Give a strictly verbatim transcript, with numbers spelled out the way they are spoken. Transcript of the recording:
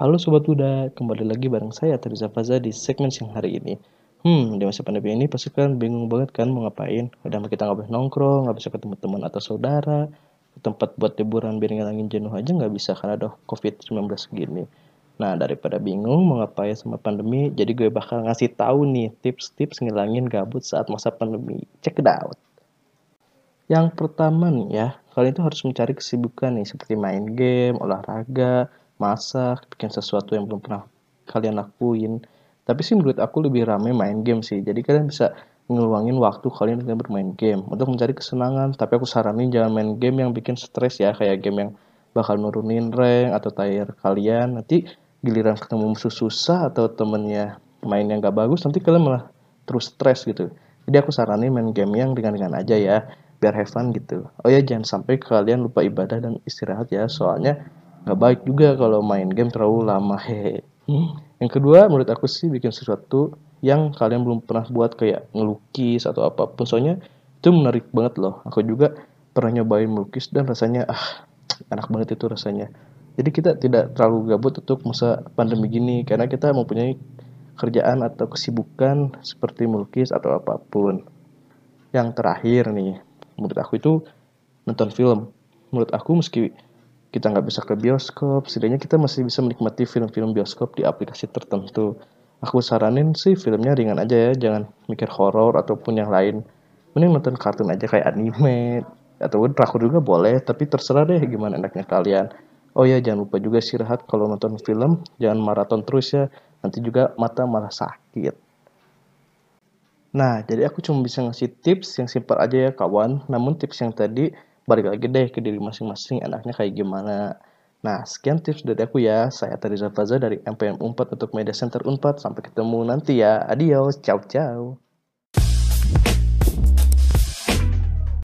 Halo Sobat Muda, kembali lagi bareng saya Teriza Faza di segmen siang hari ini. Hmm, di masa pandemi ini pasti kan bingung banget kan mau ngapain. Udah mah kita nggak boleh nongkrong, nggak bisa ketemu teman atau saudara, ke tempat buat liburan biar ngilangin jenuh aja nggak bisa karena ada covid sembilan belas gini. Nah, daripada bingung mau ngapain sama pandemi, jadi gue bakal ngasih tahu nih tips-tips ngilangin gabut saat masa pandemi. Check it out. Yang pertama nih ya, kalian itu harus mencari kesibukan nih seperti main game, olahraga, masak, bikin sesuatu yang belum pernah kalian lakuin. Tapi sih menurut aku lebih rame main game sih. Jadi kalian bisa ngeluangin waktu kalian dengan bermain game untuk mencari kesenangan. Tapi aku saranin jangan main game yang bikin stres ya, kayak game yang bakal nurunin rank atau tier kalian. Nanti giliran ketemu musuh susah atau temennya main yang gak bagus, nanti kalian malah terus stres gitu. Jadi aku saranin main game yang ringan-ringan aja ya, biar have fun gitu. Oh ya, jangan sampai kalian lupa ibadah dan istirahat ya, soalnya nggak baik juga kalau main game terlalu lama. Hehe. Hmm. Yang kedua, menurut aku sih bikin sesuatu yang kalian belum pernah buat kayak ngelukis atau apapun. Soalnya itu menarik banget loh. Aku juga pernah nyobain melukis dan rasanya ah enak banget itu rasanya. Jadi kita tidak terlalu gabut untuk masa pandemi gini karena kita mempunyai kerjaan atau kesibukan seperti melukis atau apapun. Yang terakhir nih, menurut aku itu nonton film. Menurut aku meski kita nggak bisa ke bioskop, setidaknya kita masih bisa menikmati film-film bioskop di aplikasi tertentu. Aku saranin sih filmnya ringan aja ya, jangan mikir horor ataupun yang lain. Mending nonton kartun aja kayak anime, ataupun drakor juga boleh, tapi terserah deh gimana enaknya kalian. Oh ya, jangan lupa juga istirahat kalau nonton film, jangan maraton terus ya, nanti juga mata malah sakit. Nah, jadi aku cuma bisa ngasih tips yang simpel aja ya kawan. Namun tips yang tadi balik lagi deh ke diri masing-masing enaknya kayak gimana. Nah, sekian tips dari aku ya. Saya Tariza Faza dari M P M Unpad untuk Media Center Unpad. Sampai ketemu nanti ya. Adios, ciao ciao.